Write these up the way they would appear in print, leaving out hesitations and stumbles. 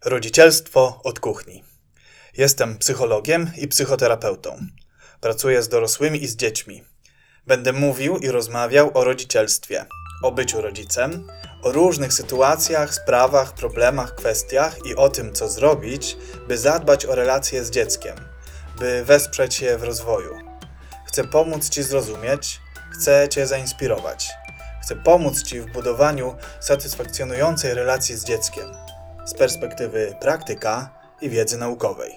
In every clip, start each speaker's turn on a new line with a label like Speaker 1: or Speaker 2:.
Speaker 1: Rodzicielstwo od kuchni. Jestem psychologiem i psychoterapeutą. Pracuję z dorosłymi i z dziećmi. Będę mówił i rozmawiał o rodzicielstwie, o byciu rodzicem, o różnych sytuacjach, sprawach, problemach, kwestiach i o tym, co zrobić, by zadbać o relacje z dzieckiem, by wesprzeć je w rozwoju. Chcę pomóc Ci zrozumieć, chcę Cię zainspirować. Chcę pomóc Ci w budowaniu satysfakcjonującej relacji z dzieckiem z perspektywy praktyka i wiedzy naukowej.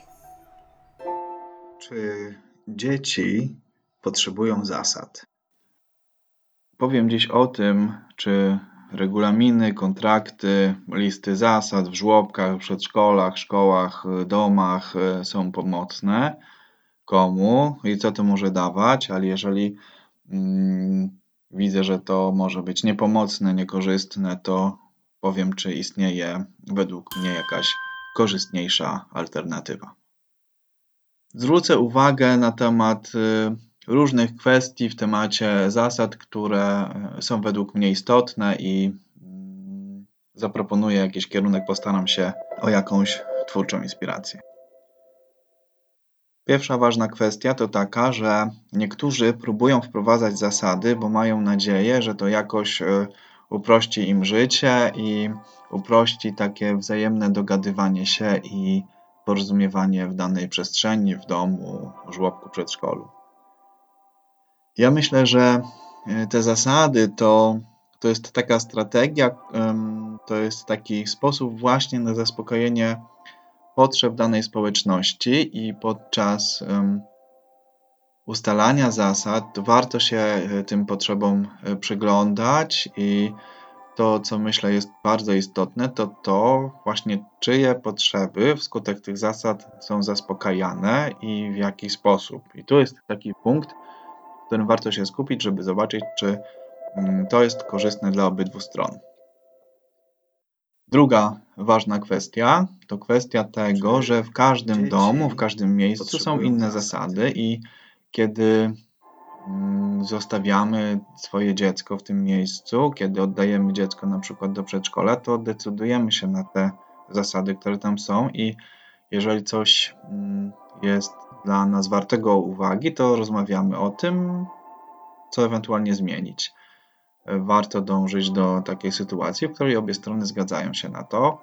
Speaker 2: Czy dzieci potrzebują zasad? Powiem dziś o tym, czy regulaminy, kontrakty, listy zasad w żłobkach, przedszkolach, szkołach, domach są pomocne, komu i co to może dawać, ale jeżeli widzę, że to może być niepomocne, niekorzystne, to powiem, czy istnieje według mnie jakaś korzystniejsza alternatywa. Zwrócę uwagę na temat różnych kwestii w temacie zasad, które są według mnie istotne i zaproponuję jakiś kierunek, postaram się o jakąś twórczą inspirację. Pierwsza ważna kwestia to taka, że niektórzy próbują wprowadzać zasady, bo mają nadzieję, że to jakoś uprości im życie i uprości takie wzajemne dogadywanie się i porozumiewanie w danej przestrzeni, w domu, żłobku, przedszkolu. Ja myślę, że te zasady to jest taka strategia, to jest taki sposób właśnie na zaspokojenie potrzeb danej społeczności i podczas ustalania zasad warto się tym potrzebom przyglądać i to, co myślę jest bardzo istotne, to właśnie czyje potrzeby wskutek tych zasad są zaspokajane i w jaki sposób. I tu jest taki punkt, w którym warto się skupić, żeby zobaczyć, czy to jest korzystne dla obydwu stron. Druga ważna kwestia to kwestia tego, że w każdym domu, w każdym miejscu są inne zasady i kiedy zostawiamy swoje dziecko w tym miejscu, kiedy oddajemy dziecko na przykład do przedszkola, to decydujemy się na te zasady, które tam są i jeżeli coś jest dla nas wartego uwagi, to rozmawiamy o tym, co ewentualnie zmienić. Warto dążyć do takiej sytuacji, w której obie strony zgadzają się na to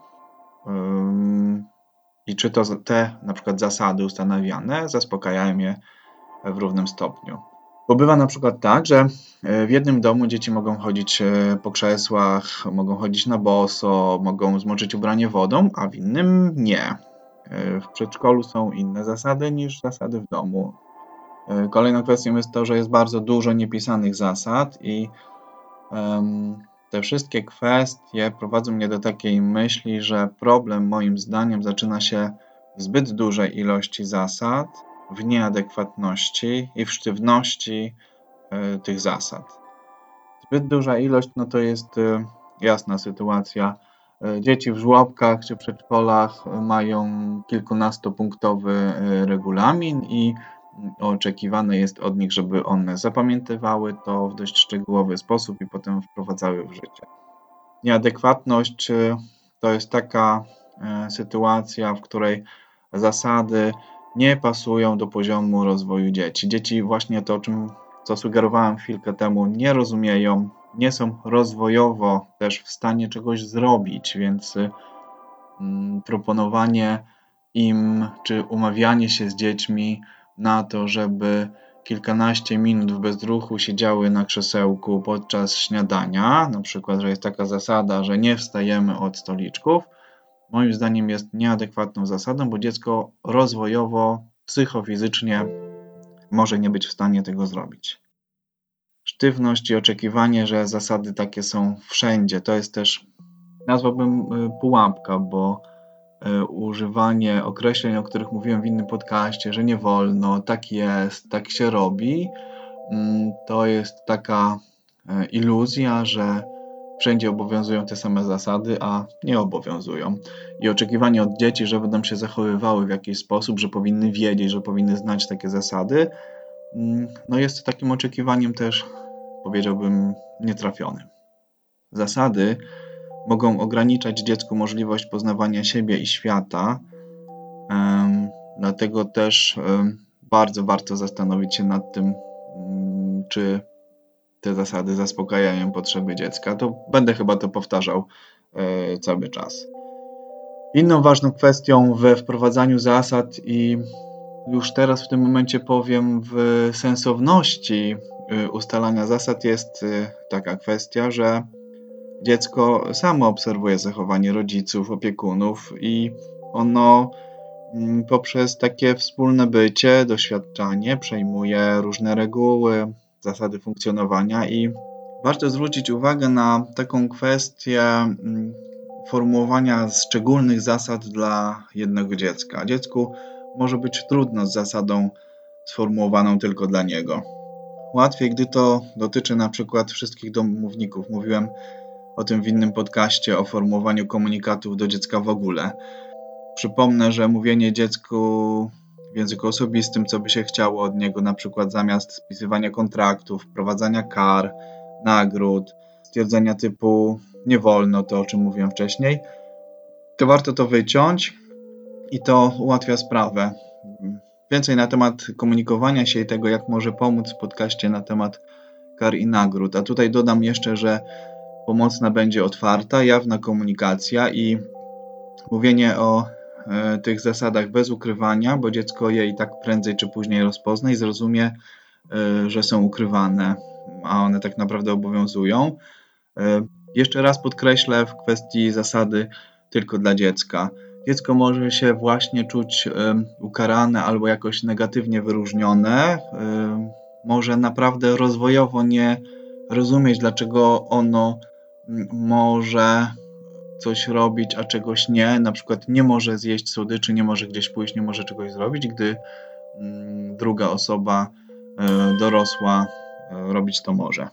Speaker 2: i czy to te na przykład zasady ustanawiane zaspokajają je w równym stopniu. Bo bywa na przykład tak, że w jednym domu dzieci mogą chodzić po krzesłach, mogą chodzić na boso, mogą zmoczyć ubranie wodą, a w innym nie. W przedszkolu są inne zasady niż zasady w domu. Kolejną kwestią jest to, że jest bardzo dużo niepisanych zasad i te wszystkie kwestie prowadzą mnie do takiej myśli, że problem moim zdaniem zaczyna się w zbyt dużej ilości zasad, w nieadekwatności i w sztywności tych zasad. Zbyt duża ilość, no to jest jasna sytuacja. Dzieci w żłobkach czy przedszkolach mają kilkunastopunktowy regulamin i oczekiwane jest od nich, żeby one zapamiętywały to w dość szczegółowy sposób i potem wprowadzały w życie. Nieadekwatność to jest taka sytuacja, w której zasady nie pasują do poziomu rozwoju dzieci. Dzieci właśnie to, co sugerowałem chwilkę temu, nie rozumieją, nie są rozwojowo też w stanie czegoś zrobić, więc proponowanie im czy umawianie się z dziećmi na to, żeby kilkanaście minut w bezruchu siedziały na krzesełku podczas śniadania, na przykład, że jest taka zasada, że nie wstajemy od stoliczków, moim zdaniem jest nieadekwatną zasadą, bo dziecko rozwojowo, psychofizycznie może nie być w stanie tego zrobić. Sztywność i oczekiwanie, że zasady takie są wszędzie, to jest też, nazwałbym, pułapka, bo używanie określeń, o których mówiłem w innym podcaście, że nie wolno, tak jest, tak się robi, to jest taka iluzja, że wszędzie obowiązują te same zasady, a nie obowiązują. I oczekiwanie od dzieci, że będą się zachowywały w jakiś sposób, że powinny wiedzieć, że powinny znać takie zasady, no jest takim oczekiwaniem też, powiedziałbym, nietrafionym. Zasady mogą ograniczać dziecku możliwość poznawania siebie i świata. Dlatego też bardzo warto zastanowić się nad tym, czy te zasady zaspokajają potrzeby dziecka. To będę chyba to powtarzał cały czas. Inną ważną kwestią we wprowadzaniu zasad i już teraz w tym momencie powiem w sensowności ustalania zasad jest taka kwestia, że dziecko samo obserwuje zachowanie rodziców, opiekunów i ono poprzez takie wspólne bycie, doświadczanie przejmuje różne reguły, zasady funkcjonowania i warto zwrócić uwagę na taką kwestię formułowania szczególnych zasad dla jednego dziecka. Dziecku może być trudno z zasadą sformułowaną tylko dla niego. Łatwiej, gdy to dotyczy na przykład wszystkich domowników. Mówiłem o tym w innym podcaście o formułowaniu komunikatów do dziecka w ogóle. Przypomnę, że mówienie dziecku w języku osobistym, co by się chciało od niego, na przykład zamiast spisywania kontraktów, wprowadzania kar, nagród, stwierdzenia typu nie wolno, to o czym mówiłem wcześniej, to warto to wyciąć i to ułatwia sprawę. Więcej na temat komunikowania się i tego, jak może pomóc w podcaście na temat kar i nagród. A tutaj dodam jeszcze, że pomocna będzie otwarta, jawna komunikacja i mówienie o tych zasadach bez ukrywania, bo dziecko je i tak prędzej czy później rozpozna i zrozumie, że są ukrywane, a one tak naprawdę obowiązują. Jeszcze raz podkreślę w kwestii zasady tylko dla dziecka. Dziecko może się właśnie czuć ukarane albo jakoś negatywnie wyróżnione. Może naprawdę rozwojowo nie rozumieć, dlaczego ono może coś robić, a czegoś nie. Na przykład nie może zjeść słodyczy, nie może gdzieś pójść, nie może czegoś zrobić, gdy druga osoba dorosła robić to może.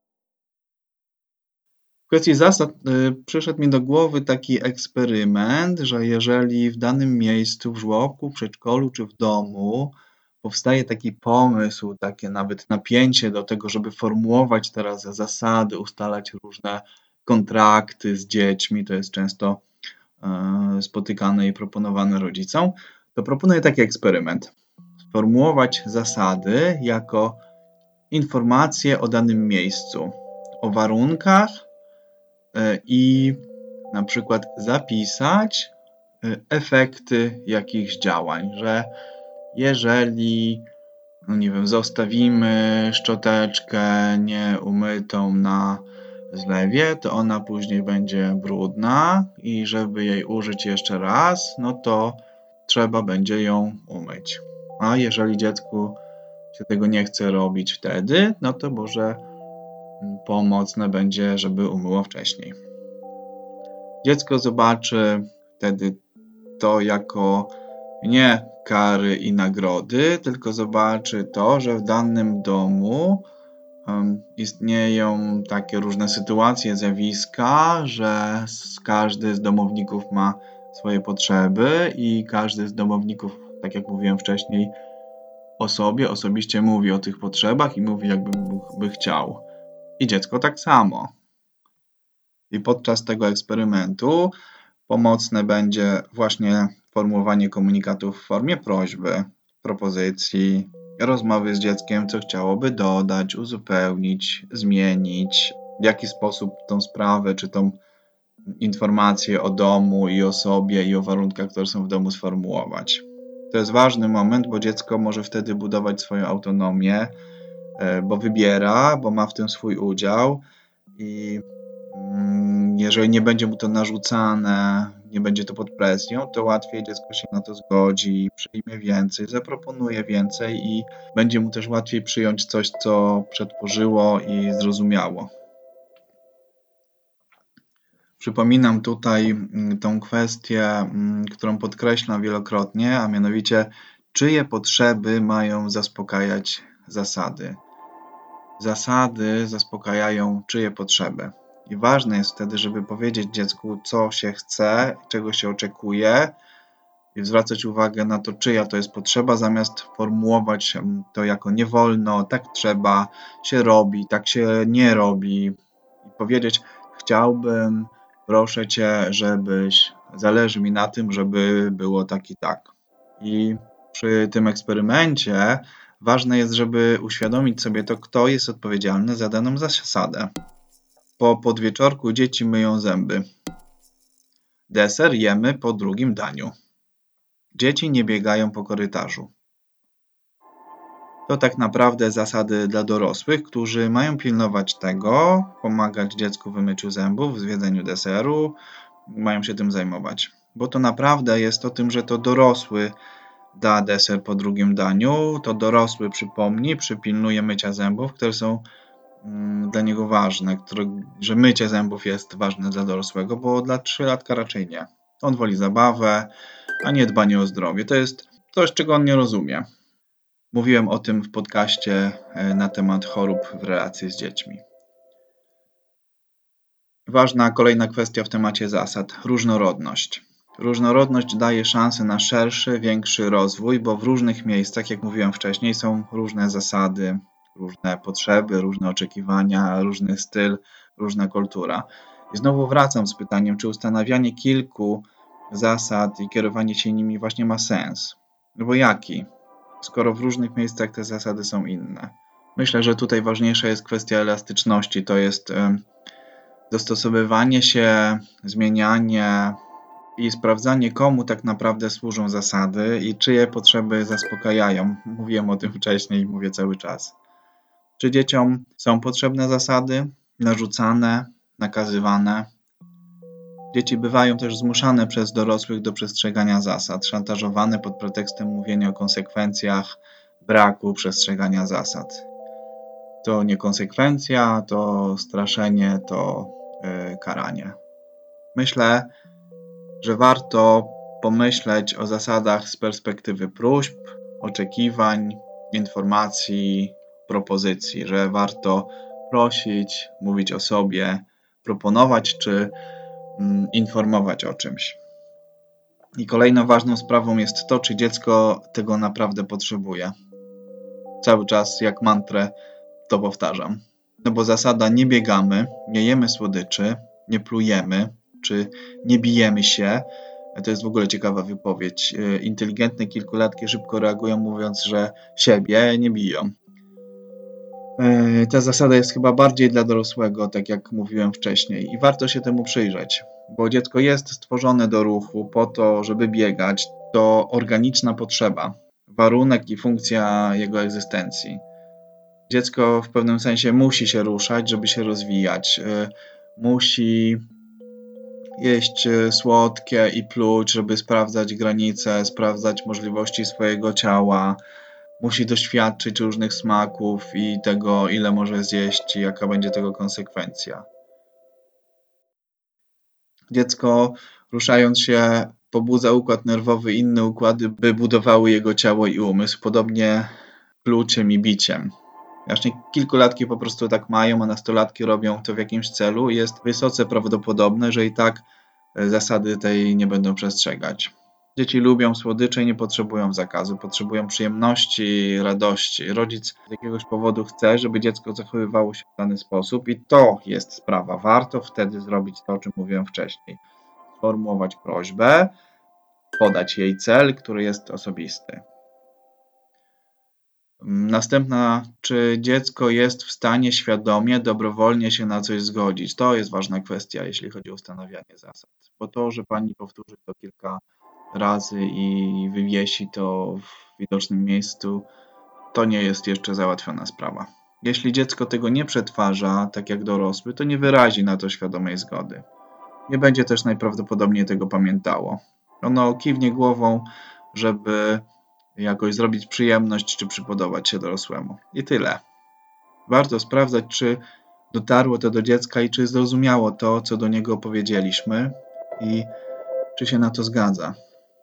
Speaker 2: W kwestii zasad przyszedł mi do głowy taki eksperyment, że jeżeli w danym miejscu, w żłobku, przedszkolu czy w domu powstaje taki pomysł, takie nawet napięcie do tego, żeby formułować teraz zasady, ustalać różne kontrakty z dziećmi, to jest często spotykane i proponowane rodzicom, to proponuję taki eksperyment. Sformułować zasady jako informacje o danym miejscu, o warunkach i na przykład zapisać efekty jakichś działań, że jeżeli nie wiem, zostawimy szczoteczkę nieumytą na zlewie, to ona później będzie brudna i żeby jej użyć jeszcze raz, no to trzeba będzie ją umyć. A jeżeli dziecku się tego nie chce robić wtedy, no to może pomocne będzie, żeby umyło wcześniej. Dziecko zobaczy wtedy to jako nie kary i nagrody, tylko zobaczy to, że w danym domu istnieją takie różne sytuacje, zjawiska, że każdy z domowników ma swoje potrzeby i każdy z domowników, tak jak mówiłem wcześniej, osobiście mówi o tych potrzebach i mówi, jakby chciał. I dziecko tak samo. I podczas tego eksperymentu pomocne będzie właśnie formułowanie komunikatów w formie prośby, propozycji, rozmowy z dzieckiem, co chciałoby dodać, uzupełnić, zmienić, w jaki sposób tą sprawę czy tą informację o domu i o sobie i o warunkach, które są w domu, sformułować. To jest ważny moment, bo dziecko może wtedy budować swoją autonomię, bo wybiera, bo ma w tym swój udział i jeżeli nie będzie mu to narzucane, nie będzie to pod presją, to łatwiej dziecko się na to zgodzi, przyjmie więcej, zaproponuje więcej i będzie mu też łatwiej przyjąć coś, co przetworzyło i zrozumiało. Przypominam tutaj tą kwestię, którą podkreślam wielokrotnie, a mianowicie, czyje potrzeby mają zaspokajać zasady. Zasady zaspokajają czyje potrzeby. I ważne jest wtedy, żeby powiedzieć dziecku, co się chce, czego się oczekuje i zwracać uwagę na to, czyja to jest potrzeba, zamiast formułować to jako nie wolno, tak trzeba, się robi, tak się nie robi. I powiedzieć, chciałbym, proszę Cię, zależy mi na tym, żeby było tak i tak. I przy tym eksperymencie ważne jest, żeby uświadomić sobie to, kto jest odpowiedzialny za daną zasadę. Po podwieczorku dzieci myją zęby. Deser jemy po drugim daniu. Dzieci nie biegają po korytarzu. To tak naprawdę zasady dla dorosłych, którzy mają pilnować tego, pomagać dziecku w wymyciu zębów, w zjedzeniu deseru, mają się tym zajmować. Bo to naprawdę jest o tym, że to dorosły da deser po drugim daniu, to dorosły przypilnuje mycia zębów, które są dla niego ważne, że mycie zębów jest ważne dla dorosłego, bo dla 3-latka raczej nie. On woli zabawę, a nie dbanie o zdrowie. To jest coś, czego on nie rozumie. Mówiłem o tym w podcaście na temat chorób w relacji z dziećmi. Ważna kolejna kwestia w temacie zasad. Różnorodność. Różnorodność daje szansę na szerszy, większy rozwój, bo w różnych miejscach, jak mówiłem wcześniej, są różne zasady, różne potrzeby, różne oczekiwania, różny styl, różna kultura. I znowu wracam z pytaniem, czy ustanawianie kilku zasad i kierowanie się nimi właśnie ma sens? No bo jaki? Skoro w różnych miejscach te zasady są inne. Myślę, że tutaj ważniejsza jest kwestia elastyczności, to jest dostosowywanie się, zmienianie i sprawdzanie, komu tak naprawdę służą zasady i czyje potrzeby zaspokajają. Mówiłem o tym wcześniej i mówię cały czas. Czy dzieciom są potrzebne zasady, narzucane, nakazywane? Dzieci bywają też zmuszane przez dorosłych do przestrzegania zasad, szantażowane pod pretekstem mówienia o konsekwencjach braku przestrzegania zasad. To nie konsekwencja, to straszenie, to karanie. Myślę, że warto pomyśleć o zasadach z perspektywy próśb, oczekiwań, informacji, propozycji, że warto prosić, mówić o sobie, proponować czy informować o czymś. I kolejną ważną sprawą jest to, czy dziecko tego naprawdę potrzebuje. Cały czas jak mantrę to powtarzam. No bo zasada nie biegamy, nie jemy słodyczy, nie plujemy, czy nie bijemy się. To jest w ogóle ciekawa wypowiedź. Inteligentne kilkulatki szybko reagują, mówiąc, że siebie nie biją. Ta zasada jest chyba bardziej dla dorosłego, tak jak mówiłem wcześniej, i warto się temu przyjrzeć, bo dziecko jest stworzone do ruchu po to, żeby biegać. To organiczna potrzeba, warunek i funkcja jego egzystencji. Dziecko w pewnym sensie musi się ruszać, żeby się rozwijać. Musi jeść słodkie i pluć, żeby sprawdzać granice, sprawdzać możliwości swojego ciała. Musi doświadczyć różnych smaków i tego, ile może zjeść i jaka będzie tego konsekwencja. Dziecko, ruszając się, pobudza układ nerwowy, inne układy, by budowały jego ciało i umysł, podobnie pluciem i biciem. Właśnie kilkulatki po prostu tak mają, a nastolatki robią to w jakimś celu i jest wysoce prawdopodobne, że i tak zasady tej nie będą przestrzegać. Dzieci lubią słodycze i nie potrzebują zakazu, potrzebują przyjemności, radości. Rodzic z jakiegoś powodu chce, żeby dziecko zachowywało się w dany sposób i to jest sprawa. Warto wtedy zrobić to, o czym mówiłem wcześniej. Sformułować prośbę, podać jej cel, który jest osobisty. Następna, czy dziecko jest w stanie świadomie, dobrowolnie się na coś zgodzić? To jest ważna kwestia, jeśli chodzi o ustanawianie zasad. Bo to, że pani powtórzy to kilka razy i wywiesi to w widocznym miejscu, to nie jest jeszcze załatwiona sprawa. Jeśli dziecko tego nie przetwarza, tak jak dorosły, to nie wyrazi na to świadomej zgody. Nie będzie też najprawdopodobniej tego pamiętało. Ono kiwnie głową, żeby jakoś zrobić przyjemność czy przypodobać się dorosłemu. I tyle. Warto sprawdzać, czy dotarło to do dziecka i czy zrozumiało to, co do niego powiedzieliśmy i czy się na to zgadza.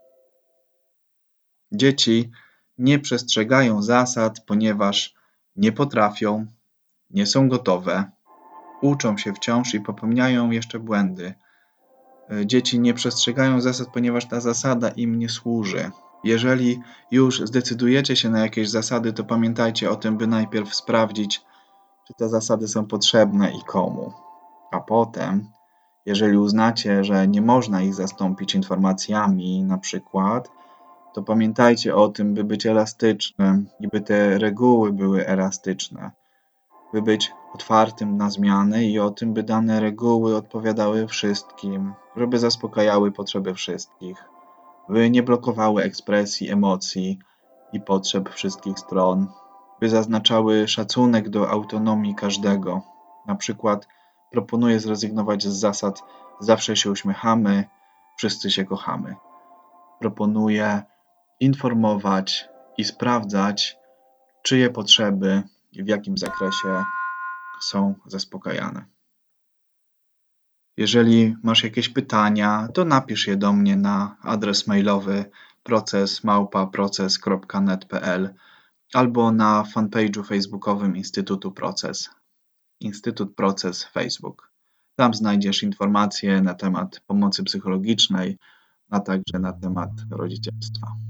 Speaker 2: Dzieci nie przestrzegają zasad, ponieważ nie potrafią, nie są gotowe, uczą się wciąż i popełniają jeszcze błędy. Dzieci nie przestrzegają zasad, ponieważ ta zasada im nie służy. Jeżeli już zdecydujecie się na jakieś zasady, to pamiętajcie o tym, by najpierw sprawdzić, czy te zasady są potrzebne i komu. A potem, Jeżeli uznacie, że nie można ich zastąpić informacjami na przykład, to pamiętajcie o tym, by być elastycznym i by te reguły były elastyczne, by być otwartym na zmiany i o tym, by dane reguły odpowiadały wszystkim, żeby zaspokajały potrzeby wszystkich, by nie blokowały ekspresji, emocji i potrzeb wszystkich stron, by zaznaczały szacunek do autonomii każdego. Na przykład proponuję zrezygnować z zasad zawsze się uśmiechamy, wszyscy się kochamy. Proponuję informować i sprawdzać, czyje potrzeby i w jakim zakresie są zaspokajane. Jeżeli masz jakieś pytania, to napisz je do mnie na adres mailowy proces@proces.net.pl albo na fanpage'u facebookowym Instytutu Proces. Instytut Proces Facebook. Tam znajdziesz informacje na temat pomocy psychologicznej, a także na temat rodzicielstwa.